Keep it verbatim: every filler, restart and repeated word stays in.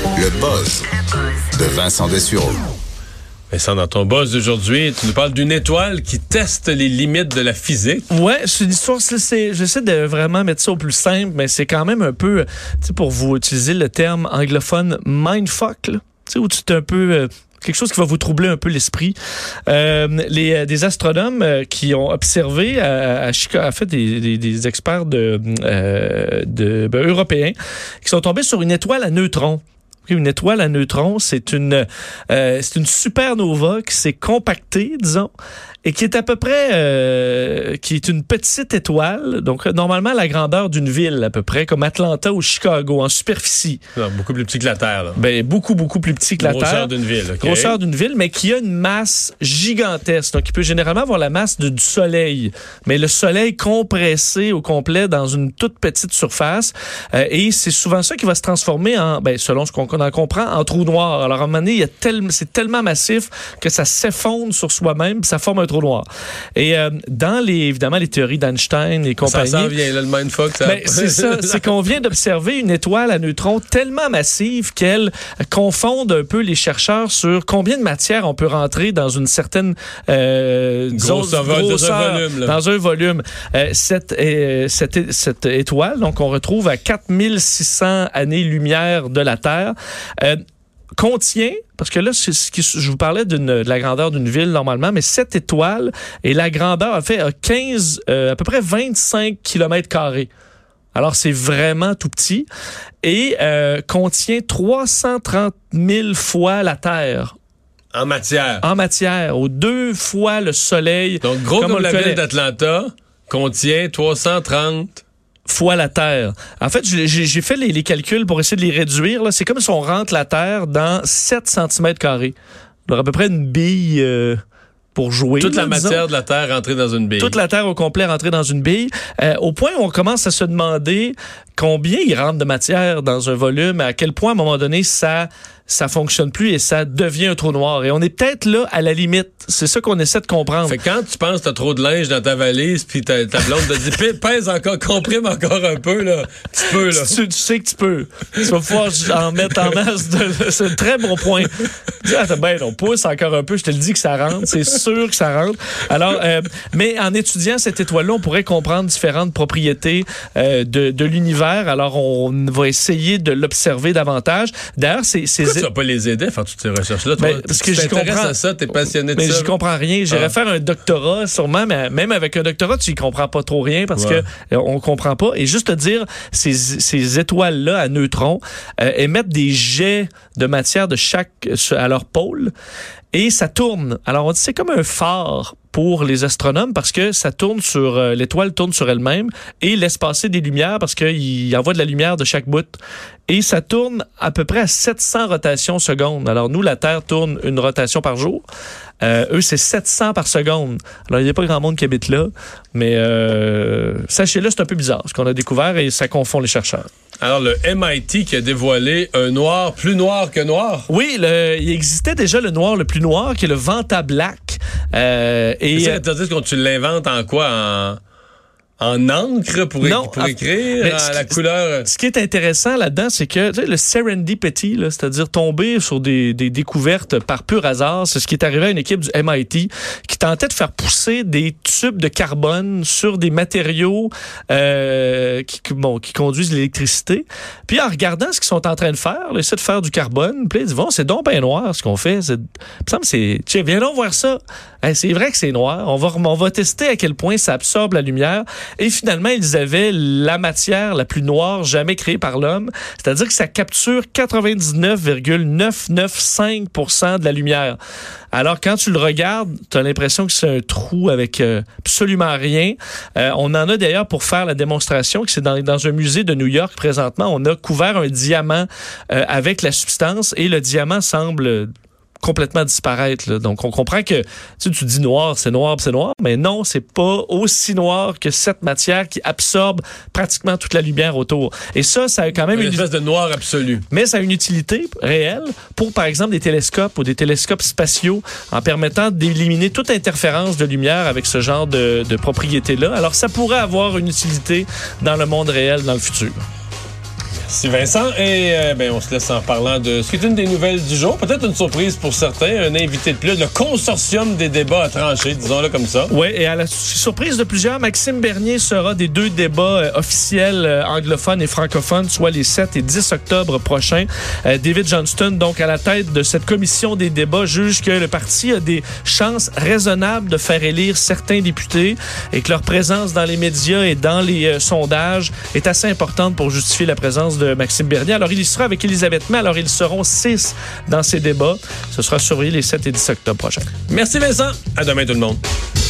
Le buzz de Vincent Dessureau. Vincent, dans ton buzz d'aujourd'hui, tu nous parles d'une étoile qui teste les limites de la physique. Ouais, c'est une histoire, c'est, c'est, j'essaie de vraiment mettre ça au plus simple, mais c'est quand même un peu, tu sais, pour vous utiliser le terme anglophone mindfuck, là, tu sais, où tu es un peu... Euh, quelque chose qui va vous troubler un peu l'esprit. Euh, les, des astronomes euh, qui ont observé à, à Chicago, en fait, des, des, des experts de, euh, de, ben, européens qui sont tombés sur une étoile à neutrons. Une étoile à neutrons, c'est une, euh, c'est une supernova qui s'est compactée, disons, et qui est à peu près, euh, qui est une petite étoile, donc normalement la grandeur d'une ville à peu près, comme Atlanta ou Chicago, en superficie. Non, beaucoup plus petit que la Terre, là. Ben, beaucoup, beaucoup plus petit que la Grosseur Terre. d'une ville, OK. Grosseur d'une ville, mais qui a une masse gigantesque. Donc, il peut généralement avoir la masse de, du Soleil, mais le Soleil compressé au complet dans une toute petite surface. Euh, et c'est souvent ça qui va se transformer en, ben, selon ce qu'on en comprend, en trou noir. Alors, à un moment donné, il y a tel, c'est tellement massif que ça s'effondre sur soi-même, puis ça forme un trou noir. Et euh, dans les, évidemment, les théories d'Einstein et compagnie... Ça s'en vient, là, le mindfuck. Ça... Ben, c'est ça, c'est qu'on vient d'observer une étoile à neutrons tellement massive qu'elle confonde un peu les chercheurs sur combien de matière on peut rentrer dans une certaine euh, grosseur, grosseur, dans un volume. Là. Dans un volume. Euh, cette, euh, cette, cette étoile, donc on retrouve à quatre mille six cents années-lumière de la Terre, euh, contient, parce que là, c'est ce qui, je vous parlais d'une, de la grandeur d'une ville normalement, mais cette étoile et la grandeur, en fait, a quinze, euh, à peu près vingt-cinq kilomètres carrés. Alors, c'est vraiment tout petit et euh, contient trois cent trente mille fois la Terre. En matière. En matière, aux deux fois le Soleil. Donc, gros comme, comme la connaît. ville d'Atlanta contient trois cent trente fois la Terre. En fait, j'ai, j'ai fait les, les calculs pour essayer de les réduire. Là. C'est comme si on rentre la Terre dans sept centimètres carrés. Alors, à peu près une bille euh, pour jouer. Toute là, la disons. matière de la Terre rentrée dans une bille. Toute la Terre au complet rentrée dans une bille. Euh, au point où on commence à se demander combien il rentre de matière dans un volume, à quel point, à un moment donné, ça... ça fonctionne plus et ça devient un trou noir. Et on est peut-être là à la limite. C'est ça qu'on essaie de comprendre. Fait que quand tu penses que t'as trop de linge dans ta valise puis ta, ta blonde te dit pèse encore, comprime encore un peu, là. Tu peux, là. Tu, tu sais que tu peux. Tu vas pouvoir en mettre en masse. De, c'est un très bon point. Ah, ben, on pousse encore un peu. Je te le dis que ça rentre. C'est sûr que ça rentre. Alors, euh, mais en étudiant cette étoile-là, on pourrait comprendre différentes propriétés euh, de, de l'univers. Alors, on va essayer de l'observer davantage. D'ailleurs, c'est... c'est Pourquoi tu vas pas les aider à faire toutes ces recherches-là? Ben, toi, parce tu que j'y t'intéresses comprends. à ça, t'es passionné de mais ça. Mais j'y comprends rien. J'irais ah. faire un doctorat, sûrement, mais même avec un doctorat, tu y comprends pas trop rien parce ouais. que euh, on comprend pas. Et juste te dire, ces, ces étoiles-là à neutrons euh, émettent des jets de matière de chaque à leur pôle et ça tourne. Alors, on dit c'est comme un phare pour les astronomes parce que ça tourne sur euh, l'étoile tourne sur elle-même et laisse passer des lumières parce qu'il envoie de la lumière de chaque bout. Et ça tourne à peu près à sept cents rotations secondes. Alors nous, la Terre tourne une rotation par jour. Euh, eux, c'est sept cents par seconde. Alors, il n'y a pas grand monde qui habite là, mais euh, sachez-le, c'est un peu bizarre ce qu'on a découvert et ça confond les chercheurs. Alors, le M I T qui a dévoilé un noir plus noir que noir. Oui, le, il existait déjà le noir le plus noir, qui est le Vanta Black. Euh, et ça veut dire que tu l'inventes en quoi? En... En encre pour, é- non, pour écrire à, à la qui, couleur. Ce qui est intéressant là-dedans, c'est que tu sais, le serendipity, là, c'est-à-dire tomber sur des, des découvertes par pur hasard, c'est ce qui est arrivé à une équipe du M I T qui tentait de faire pousser des tubes de carbone sur des matériaux euh, qui, bon, qui conduisent l'électricité. Puis en regardant ce qu'ils sont en train de faire, là, ils essaient de faire du carbone, puis ils disent bon, c'est donc bien noir ce qu'on fait. C'est, il me semble c'est, tiens, viens donc voir ça. Hey, c'est vrai que c'est noir. On va, on va tester à quel point ça absorbe la lumière. Et finalement, ils avaient la matière la plus noire jamais créée par l'homme. C'est-à-dire que ça capture quatre-vingt-dix-neuf virgule neuf cent quatre-vingt-quinze pour cent de la lumière. Alors, quand tu le regardes, tu as l'impression que c'est un trou avec euh, absolument rien. Euh, on en a d'ailleurs pour faire la démonstration, que c'est dans, dans un musée de New York présentement. On a couvert un diamant euh, avec la substance et le diamant semble complètement disparaître. Là. Donc, on comprend que tu sais, tu dis noir, c'est noir, c'est noir, mais non, c'est pas aussi noir que cette matière qui absorbe pratiquement toute la lumière autour. Et ça, ça a quand même une une espèce de noir absolu. Mais ça a une utilité réelle pour, par exemple, des télescopes ou des télescopes spatiaux en permettant d'éliminer toute interférence de lumière avec ce genre de, de propriété-là. Alors, ça pourrait avoir une utilité dans le monde réel dans le futur. Merci Vincent. Et euh, ben, on se laisse en parlant de ce qui est une des nouvelles du jour. Peut-être une surprise pour certains. Un invité de plus. Le consortium des débats a tranché, disons-le comme ça. Oui, et à la surprise de plusieurs, Maxime Bernier sera des deux débats euh, officiels euh, anglophones et francophones, soit les sept et dix octobre prochains. Euh, David Johnston, donc à la tête de cette commission des débats, juge que le parti a des chances raisonnables de faire élire certains députés et que leur présence dans les médias et dans les euh, sondages est assez importante pour justifier la présence de Maxime Bernier. Alors, il y sera avec Elisabeth May. Alors, ils seront six dans ces débats. Ce sera surveillé les sept et dix octobre prochains. Merci Vincent. À demain tout le monde.